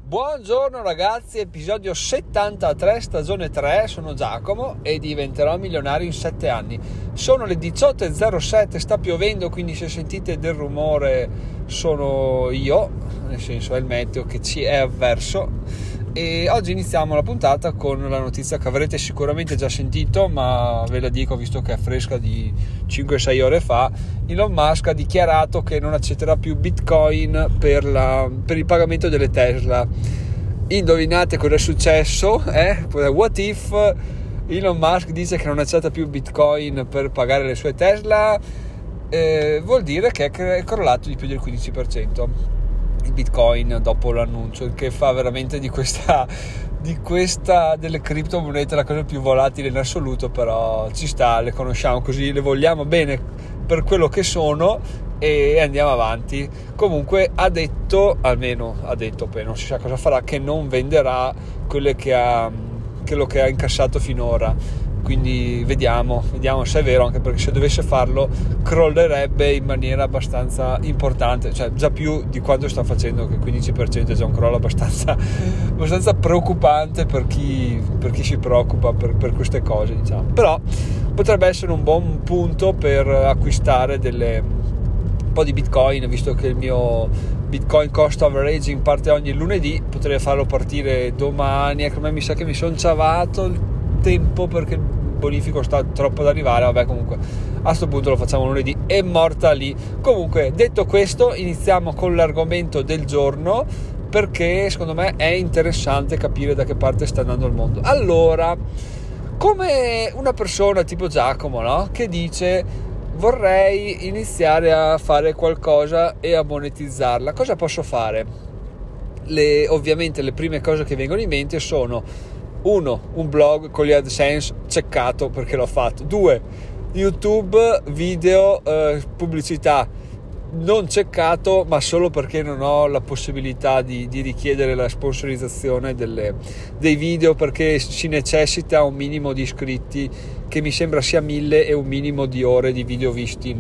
Buongiorno ragazzi, episodio 73, stagione 3, sono Giacomo e diventerò milionario in 7 anni. Sono le 18.07, sta piovendo, quindi se sentite del rumore sono io, nel senso è il meteo che ci è avverso. E oggi iniziamo la puntata con la notizia che avrete sicuramente già sentito, ma ve la dico visto che è fresca di 5-6 ore fa. Elon Musk ha dichiarato che non accetterà più Bitcoin per il pagamento delle Tesla. Indovinate cosa è successo? What if Elon Musk dice che non accetta più Bitcoin per pagare le sue Tesla? Vuol dire che è crollato di più del 15% il Bitcoin dopo l'annuncio, che fa veramente di questa delle criptomonete la cosa più volatile in assoluto. Però ci sta, le conosciamo così, le vogliamo bene per quello che sono e andiamo avanti. Comunque ha detto, poi non si sa cosa farà, che non venderà quello che ha incassato finora. Quindi vediamo se è vero, anche perché se dovesse farlo crollerebbe in maniera abbastanza importante, cioè già più di quanto sta facendo, che il 15% è già un crollo abbastanza preoccupante per chi si preoccupa per queste cose, diciamo. Però potrebbe essere un buon punto per acquistare un po' di Bitcoin, visto che il mio Bitcoin cost averaging parte ogni lunedì. Potrei farlo partire domani, ecco, mi sa che mi sono ciavato il tempo perché il bonifico sta troppo ad arrivare. Vabbè, comunque a sto punto lo facciamo lunedì, è morta lì. Comunque, detto questo, iniziamo con l'argomento del giorno, perché secondo me è interessante capire da che parte sta andando il mondo. Allora, come una persona tipo Giacomo, no? Che dice: vorrei iniziare a fare qualcosa e a monetizzarla, cosa posso fare? Ovviamente le prime cose che vengono in mente sono: 1. Un blog con gli AdSense checcato perché l'ho fatto. 2. YouTube, video, pubblicità non checcato, ma solo perché non ho la possibilità di richiedere la sponsorizzazione dei video, perché si necessita un minimo di iscritti che mi sembra sia 1000 e un minimo di ore di video visti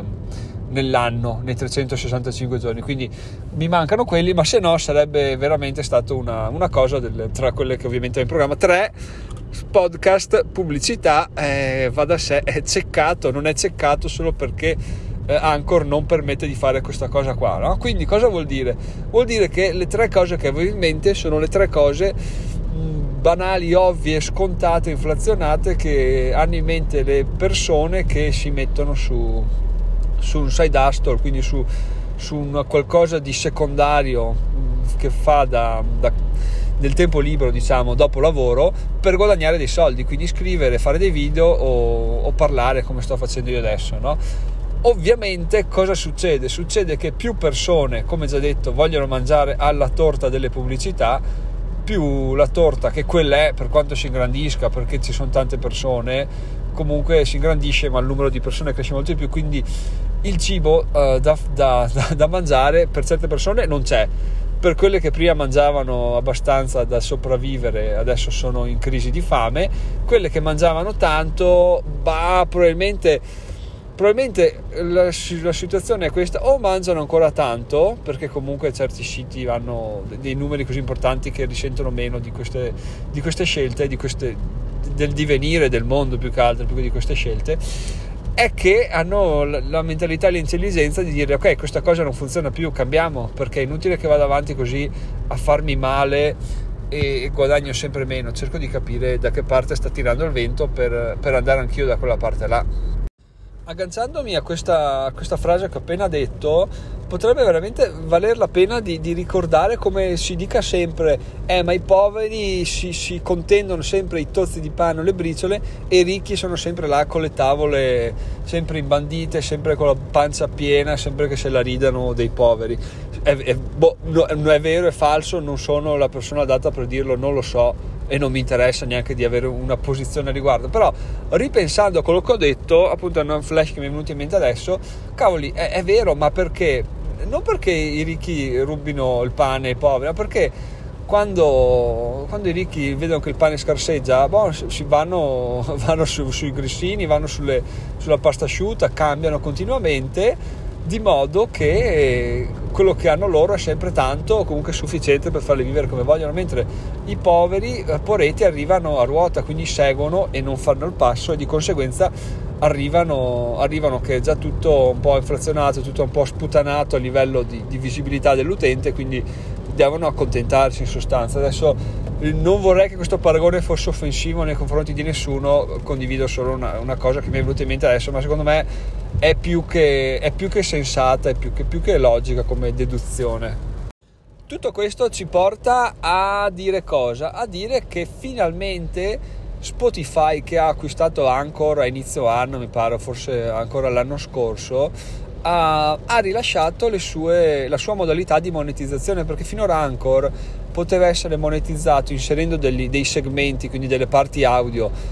nell'anno, nei 365 giorni, quindi mi mancano quelli, ma se no sarebbe veramente stato una cosa tra quelle che ovviamente ho in programma. 3. Podcast, pubblicità, va da sé, è checcato, non è checcato solo perché Anchor non permette di fare questa cosa qua, no? Quindi cosa vuol dire? Vuol dire che le 3 cose che avevo in mente sono le 3 cose banali, ovvie, scontate, inflazionate che hanno in mente le persone che si mettono su un side hustle, quindi su una qualcosa di secondario che fa del tempo libero, diciamo, dopo lavoro, per guadagnare dei soldi, quindi scrivere, fare dei video o parlare come sto facendo io adesso, no? Ovviamente cosa succede? Succede che più persone, come già detto, vogliono mangiare alla torta delle pubblicità, più la torta, che quella è, per quanto si ingrandisca, perché ci sono tante persone, comunque si ingrandisce, ma il numero di persone cresce molto di più, quindi il cibo da mangiare per certe persone non c'è. Per quelle che prima mangiavano abbastanza da sopravvivere, adesso sono in crisi di fame. Quelle che mangiavano tanto, probabilmente la situazione è questa: o mangiano ancora tanto, perché comunque certi siti hanno dei numeri così importanti che risentono meno di queste scelte, del divenire del mondo, più che altro, più che di queste scelte, è che hanno la mentalità e l'intelligenza di dire: ok, questa cosa non funziona più, cambiamo, perché è inutile che vada avanti così a farmi male e guadagno sempre meno. Cerco di capire da che parte sta tirando il vento per andare anch'io da quella parte là. Agganciandomi a questa frase che ho appena detto, potrebbe veramente valer la pena di ricordare, come si dica sempre: ma i poveri si contendono sempre i tozzi di pane o le briciole, e i ricchi sono sempre là con le tavole sempre imbandite, sempre con la pancia piena, sempre che se la ridano dei poveri. Non è vero, è falso, non sono la persona adatta per dirlo, non lo so, e non mi interessa neanche di avere una posizione a riguardo. Però ripensando a quello che ho detto, appunto, è un flash che mi è venuto in mente adesso. Cavoli, è vero, ma perché? Non perché i ricchi rubino il pane ai poveri, ma perché quando i ricchi vedono che il pane scarseggia, vanno sui grissini, vanno sulla pasta asciutta, cambiano continuamente, di modo che quello che hanno loro è sempre tanto o comunque sufficiente per farli vivere come vogliono, mentre i poveri poreti arrivano a ruota, quindi seguono e non fanno il passo, e di conseguenza arrivano che è già tutto un po' inflazionato, tutto un po' sputanato a livello di visibilità dell'utente, quindi devono accontentarsi in sostanza. Adesso non vorrei che questo paragone fosse offensivo nei confronti di nessuno, condivido solo una cosa che mi è venuta in mente adesso, ma secondo me è più che sensata, è più che logica come deduzione. Tutto questo ci porta a dire cosa? A dire che finalmente Spotify, che ha acquistato Anchor a inizio anno, mi pare, forse ancora l'anno scorso, ha rilasciato la sua modalità di monetizzazione, perché finora Anchor poteva essere monetizzato inserendo dei segmenti, quindi delle parti audio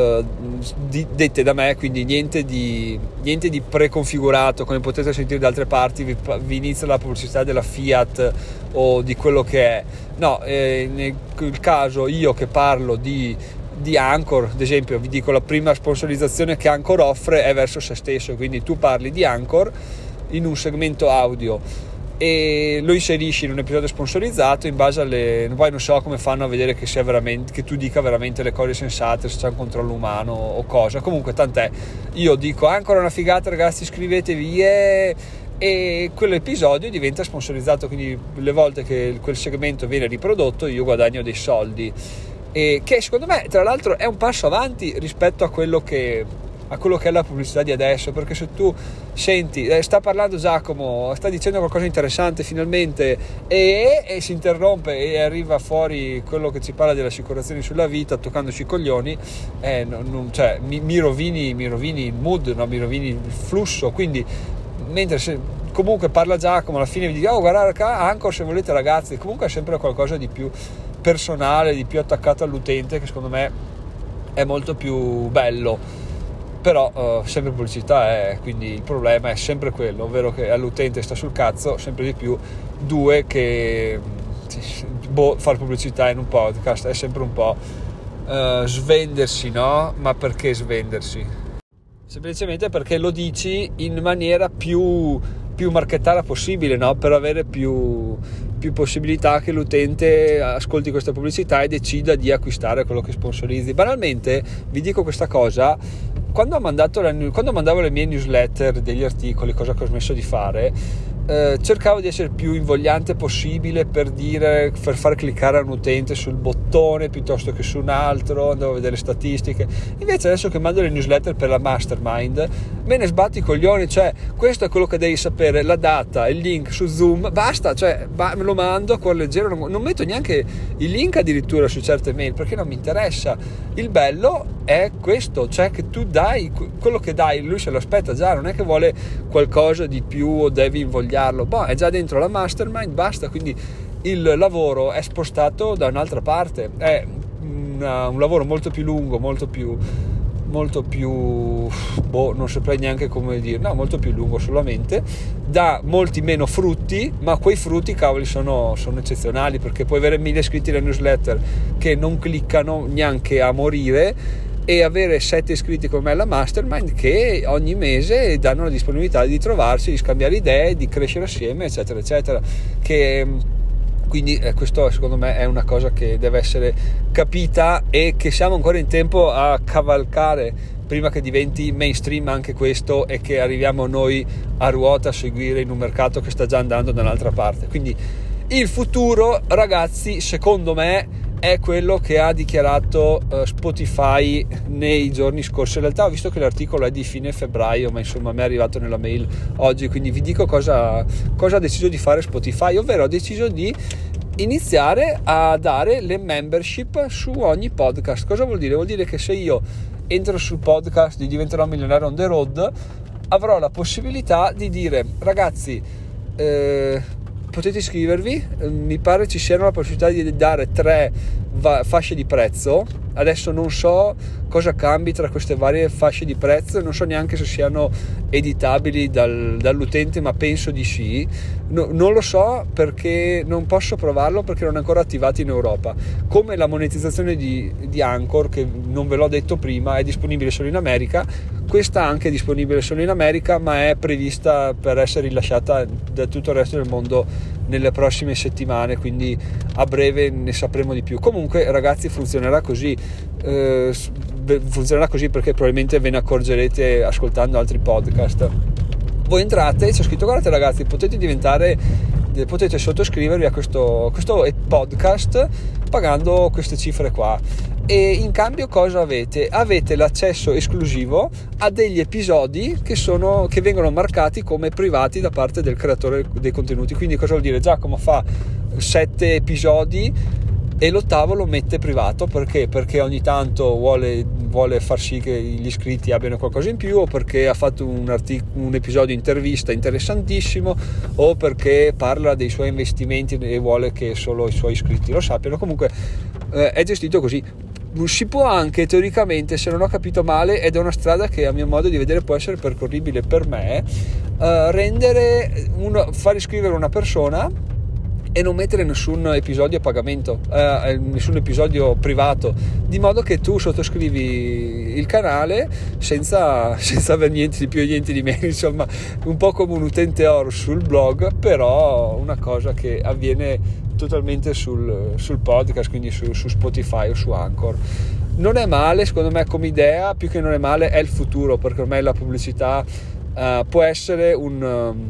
dette da me, quindi niente di preconfigurato come potete sentire da altre parti. Vi inizia la pubblicità della Fiat o di quello che è, no, nel caso io che parlo di Anchor, ad esempio, vi dico, la prima sponsorizzazione che Anchor offre è verso se stesso, quindi tu parli di Anchor in un segmento audio e lo inserisci in un episodio sponsorizzato in base poi non so come fanno a vedere che sia veramente, che tu dica veramente le cose sensate, se c'è un controllo umano o cosa. Comunque tant'è, io dico Anchor è una figata ragazzi, iscrivetevi, e quell'episodio diventa sponsorizzato, quindi le volte che quel segmento viene riprodotto io guadagno dei soldi, e che secondo me tra l'altro è un passo avanti rispetto a quello che è la pubblicità di adesso, perché se tu senti sta parlando Giacomo, sta dicendo qualcosa di interessante finalmente e si interrompe e arriva fuori quello che ci parla delle assicurazioni sulla vita toccandoci i coglioni, cioè, mi rovini il mood, no? Mi rovini il flusso. Quindi mentre comunque parla Giacomo, alla fine vi dico guardate Anchor se volete ragazzi, comunque è sempre qualcosa di più personale, di più attaccato all'utente, che secondo me è molto più bello. Però sempre pubblicità quindi il problema è sempre quello, ovvero che all'utente sta sul cazzo sempre di più. Due, che fare pubblicità in un podcast è sempre un po' svendersi, no? Ma perché svendersi? Semplicemente perché lo dici in maniera più marchettara possibile, no? Per avere più possibilità che l'utente ascolti questa pubblicità e decida di acquistare quello che sponsorizzi. Banalmente vi dico questa cosa: quando mandavo le mie newsletter degli articoli, cosa che ho smesso di fare, cercavo di essere più invogliante possibile per far cliccare a un utente sul bottone piuttosto che su un altro, andavo a vedere le statistiche. Invece adesso che mando le newsletter per la mastermind me ne sbatto i coglioni, cioè questo è quello che devi sapere, la data, il link su Zoom, basta, cioè me lo mando a cuor leggero, non metto neanche il link addirittura su certe mail perché non mi interessa. Il bello è questo, cioè che tu dai quello che dai, lui se lo aspetta già, non è che vuole qualcosa di più o devi invogliarlo, è già dentro la mastermind, basta. Quindi il lavoro è spostato da un'altra parte, è un lavoro molto più lungo, molto più non saprei neanche come dire, no, molto più lungo solamente, dà molti meno frutti, ma quei frutti cavoli sono eccezionali, perché puoi avere 1000 iscritti nella newsletter che non cliccano neanche a morire e avere 7 iscritti come alla mastermind che ogni mese danno la disponibilità di trovarsi, di scambiare idee, di crescere assieme, eccetera eccetera. Quindi questo secondo me è una cosa che deve essere capita e che siamo ancora in tempo a cavalcare prima che diventi mainstream anche questo e che arriviamo noi a ruota a seguire in un mercato che sta già andando da un'altra parte. Quindi il futuro, ragazzi, secondo me è quello che ha dichiarato Spotify nei giorni scorsi. In realtà ho visto che l'articolo è di fine febbraio, ma insomma mi è arrivato nella mail oggi, quindi vi dico cosa ha deciso di fare Spotify, ovvero ha deciso di iniziare a dare le membership su ogni podcast. Cosa vuol dire? Vuol dire che se io entro sul podcast di Diventerò Milionario on the road, avrò la possibilità di dire ragazzi, potete iscrivervi, mi pare ci siano la possibilità di dare 3 fasce di prezzo. Adesso non so cosa cambi tra queste varie fasce di prezzo, non so neanche se siano editabili dall'utente, ma penso di sì. Non lo so perché non posso provarlo perché non è ancora attivato in Europa. Come la monetizzazione di Anchor, che non ve l'ho detto prima, è disponibile solo in America, Questa anche è disponibile solo in America, ma è prevista per essere rilasciata da tutto il resto del mondo nelle prossime settimane, quindi a breve ne sapremo di più. Comunque ragazzi, funzionerà così perché probabilmente ve ne accorgerete ascoltando altri podcast. Voi entrate, c'è scritto: guardate ragazzi, potete sottoscrivervi a questo podcast pagando queste cifre qua, e in cambio cosa avete? Avete l'accesso esclusivo a degli episodi che vengono marcati come privati da parte del creatore dei contenuti. Quindi cosa vuol dire? Giacomo fa 7 episodi e l'8º lo mette privato perché ogni tanto vuole far sì che gli iscritti abbiano qualcosa in più, o perché ha fatto un episodio intervista interessantissimo, o perché parla dei suoi investimenti e vuole che solo i suoi iscritti lo sappiano. Comunque è gestito così. Si può anche teoricamente, se non ho capito male, ed è una strada che a mio modo di vedere può essere percorribile per me, far iscrivere una persona e non mettere nessun episodio a pagamento, nessun episodio privato, di modo che tu sottoscrivi il canale senza aver niente di più e niente di meno, insomma un po' come un utente oro sul blog, però una cosa che avviene totalmente sul podcast, quindi su Spotify o su Anchor. Non è male, secondo me, come idea. Più che non è male, è il futuro, perché ormai la pubblicità può essere un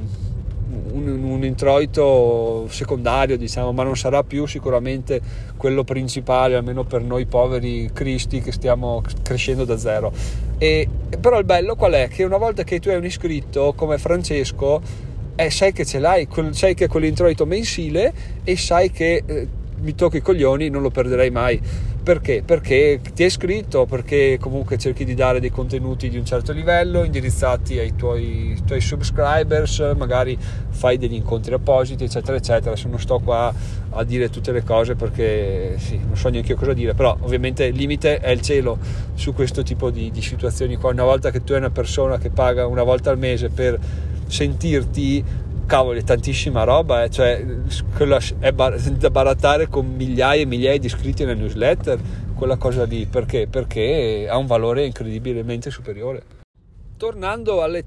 introito secondario, diciamo, ma non sarà più sicuramente quello principale, almeno per noi poveri cristi che stiamo crescendo da zero. Però il bello qual è? Che una volta che tu hai un iscritto come Francesco, sai che ce l'hai, sai che è quell'introito mensile, e sai che mi tocco i coglioni, non lo perderei mai. Perché? Perché ti hai iscritto, perché comunque cerchi di dare dei contenuti di un certo livello indirizzati ai tuoi subscribers, magari fai degli incontri appositi, eccetera eccetera. Adesso non sto qua a dire tutte le cose perché sì, non so neanche io cosa dire, però ovviamente il limite è il cielo su questo tipo di situazioni qua. Una volta che tu hai una persona che paga una volta al mese per sentirti, cavolo, è tantissima roba, cioè quella è da barattare con migliaia e migliaia di iscritti nella newsletter, quella cosa lì, perché ha un valore incredibilmente superiore. Tornando alle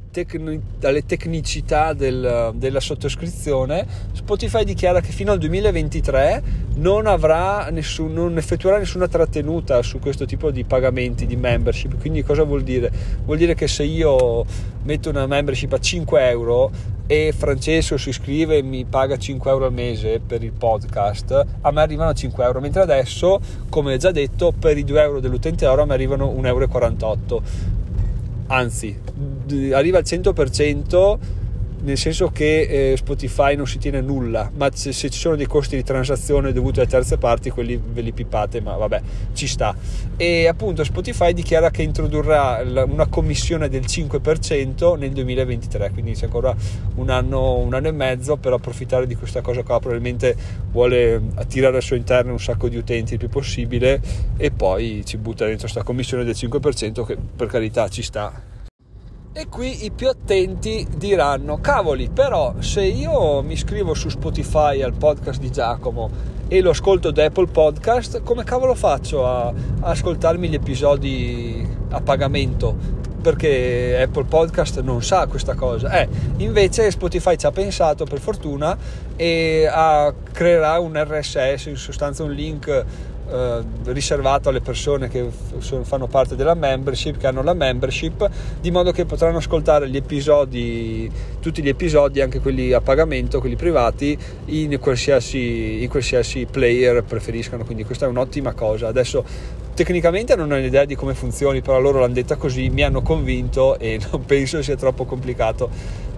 tecnicità della sottoscrizione, Spotify dichiara che fino al 2023 non effettuerà nessuna trattenuta su questo tipo di pagamenti di membership. Quindi cosa vuol dire? Vuol dire che se io metto una membership a 5 euro e Francesco si iscrive e mi paga 5 euro al mese per il podcast, a me arrivano 5 euro, mentre adesso, come già detto, per i 2 euro dell'utente oro mi arrivano 1,48 euro. Anzi, arriva al 100%, nel senso che Spotify non si tiene nulla, ma se ci sono dei costi di transazione dovuti a terze parti, quelli ve li pipate, ma vabbè, ci sta. E appunto Spotify dichiara che introdurrà una commissione del 5% nel 2023, quindi c'è ancora un anno e mezzo per approfittare di questa cosa qua. Probabilmente vuole attirare al suo interno un sacco di utenti il più possibile e poi ci butta dentro questa commissione del 5%, che per carità ci sta. E qui i più attenti diranno: cavoli, però se io mi iscrivo su Spotify al podcast di Giacomo e lo ascolto da Apple Podcast, come cavolo faccio a ascoltarmi gli episodi a pagamento? Perché Apple Podcast non sa questa cosa. Invece Spotify ci ha pensato, per fortuna, e creerà un RSS, in sostanza un link riservato alle persone che fanno parte della membership, che hanno la membership, di modo che potranno ascoltare tutti gli episodi, anche quelli a pagamento, quelli privati, in qualsiasi player preferiscano. Quindi questa è un'ottima cosa. Adesso tecnicamente non ho idea di come funzioni, però loro l'hanno detta così, mi hanno convinto e non penso sia troppo complicato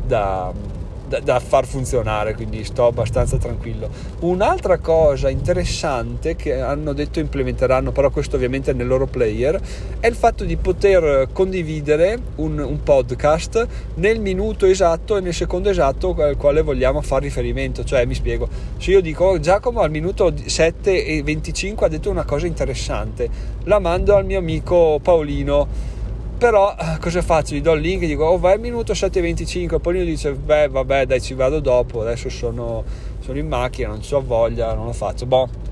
da far funzionare, quindi sto abbastanza tranquillo. Un'altra cosa interessante che hanno detto implementeranno, però questo ovviamente nel loro player, è il fatto di poter condividere un podcast nel minuto esatto e nel secondo esatto al quale vogliamo far riferimento. Cioè, mi spiego: se io dico Giacomo al minuto 7:25 ha detto una cosa interessante, la mando al mio amico Paolino, però cosa faccio? Gli do il link e dico vai al minuto 7:25, poi lui dice vabbè dai, ci vado dopo, adesso sono in macchina, non c'ho voglia, non lo faccio.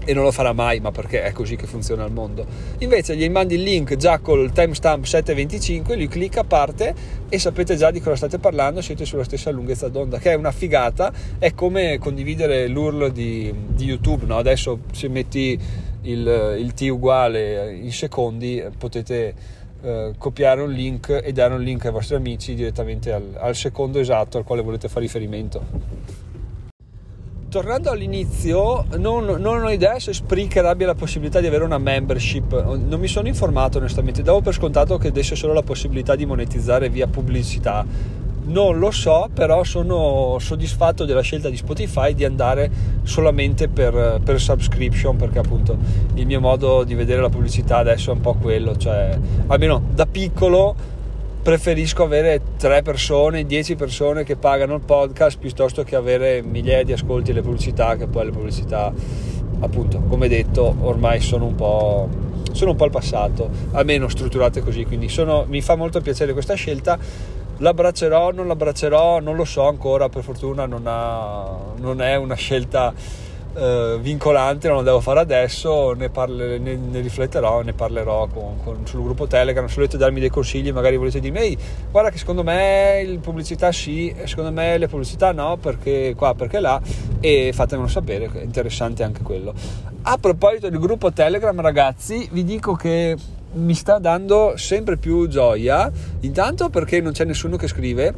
e non lo farà mai, ma perché è così che funziona il mondo. Invece gli mandi il link già col timestamp 7:25, lui clicca, parte e sapete già di cosa state parlando, siete sulla stessa lunghezza d'onda, che è una figata. È come condividere l'URL di YouTube, no? Adesso se metti il T uguale in secondi potete copiare un link e dare un link ai vostri amici direttamente al secondo esatto al quale volete fare riferimento. Tornando all'inizio, non ho idea se Spreaker abbia la possibilità di avere una membership, non mi sono informato onestamente, davo per scontato che desse solo la possibilità di monetizzare via pubblicità, non lo so, però sono soddisfatto della scelta di Spotify di andare solamente per subscription, perché appunto il mio modo di vedere la pubblicità adesso è un po' quello, cioè almeno da piccolo preferisco avere 3 persone, 10 persone che pagano il podcast piuttosto che avere migliaia di ascolti e le pubblicità, che poi le pubblicità appunto, come detto, ormai sono un po' al passato, almeno strutturate così, quindi mi fa molto piacere questa scelta. L'abbraccerò, non l'abbraccerò, non lo so ancora, per fortuna non è una scelta vincolante, non lo devo fare adesso, ne rifletterò, ne parlerò sul gruppo Telegram. Se volete darmi dei consigli, magari volete dirmi ehi, guarda che secondo me le pubblicità sì, secondo me le pubblicità no, perché qua, perché là, e fatemelo sapere, è interessante anche quello. A proposito del gruppo Telegram, ragazzi, vi dico che mi sta dando sempre più gioia, intanto perché non c'è nessuno che scrive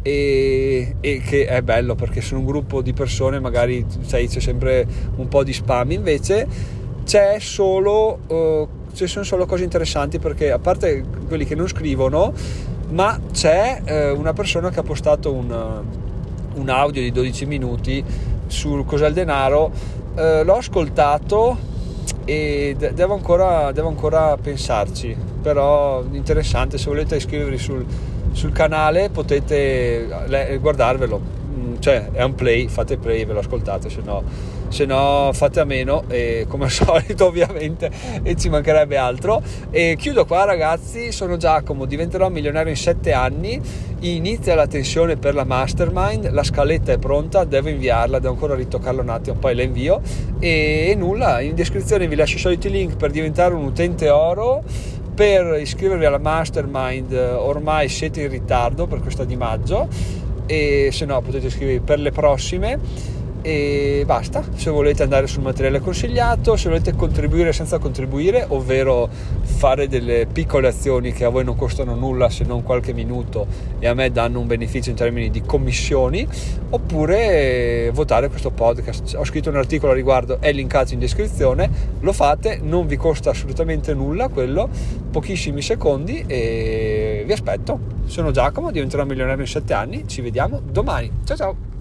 e che è bello, perché sono un gruppo di persone, magari c'è sempre un po' di spam, invece ci sono solo cose interessanti, perché a parte quelli che non scrivono, ma c'è una persona che ha postato un audio di 12 minuti sul cos'è il denaro, l'ho ascoltato e devo ancora pensarci, però interessante. Se volete iscrivervi sul canale potete guardarvelo, cioè è un play, fate play e ve lo ascoltate, se no fate a meno, e come al solito ovviamente, e ci mancherebbe altro. E chiudo qua, ragazzi. Sono Giacomo, diventerò milionario in 7 anni, inizia la tensione per la mastermind, la scaletta è pronta, devo inviarla, devo ancora ritoccarla un attimo, poi la invio, e nulla, in descrizione vi lascio i soliti link per diventare un utente oro. Per iscrivervi alla mastermind ormai siete in ritardo per questa di maggio, e se no potete iscrivervi per le prossime, e basta. Se volete andare sul materiale consigliato, se volete contribuire senza contribuire, ovvero fare delle piccole azioni che a voi non costano nulla se non qualche minuto e a me danno un beneficio in termini di commissioni, oppure votare questo podcast. Ho scritto un articolo a riguardo, è linkato in descrizione, lo fate, non vi costa assolutamente nulla quello, pochissimi secondi, e vi aspetto. Sono Giacomo, diventerò milionario in 7 anni, ci vediamo domani, ciao ciao.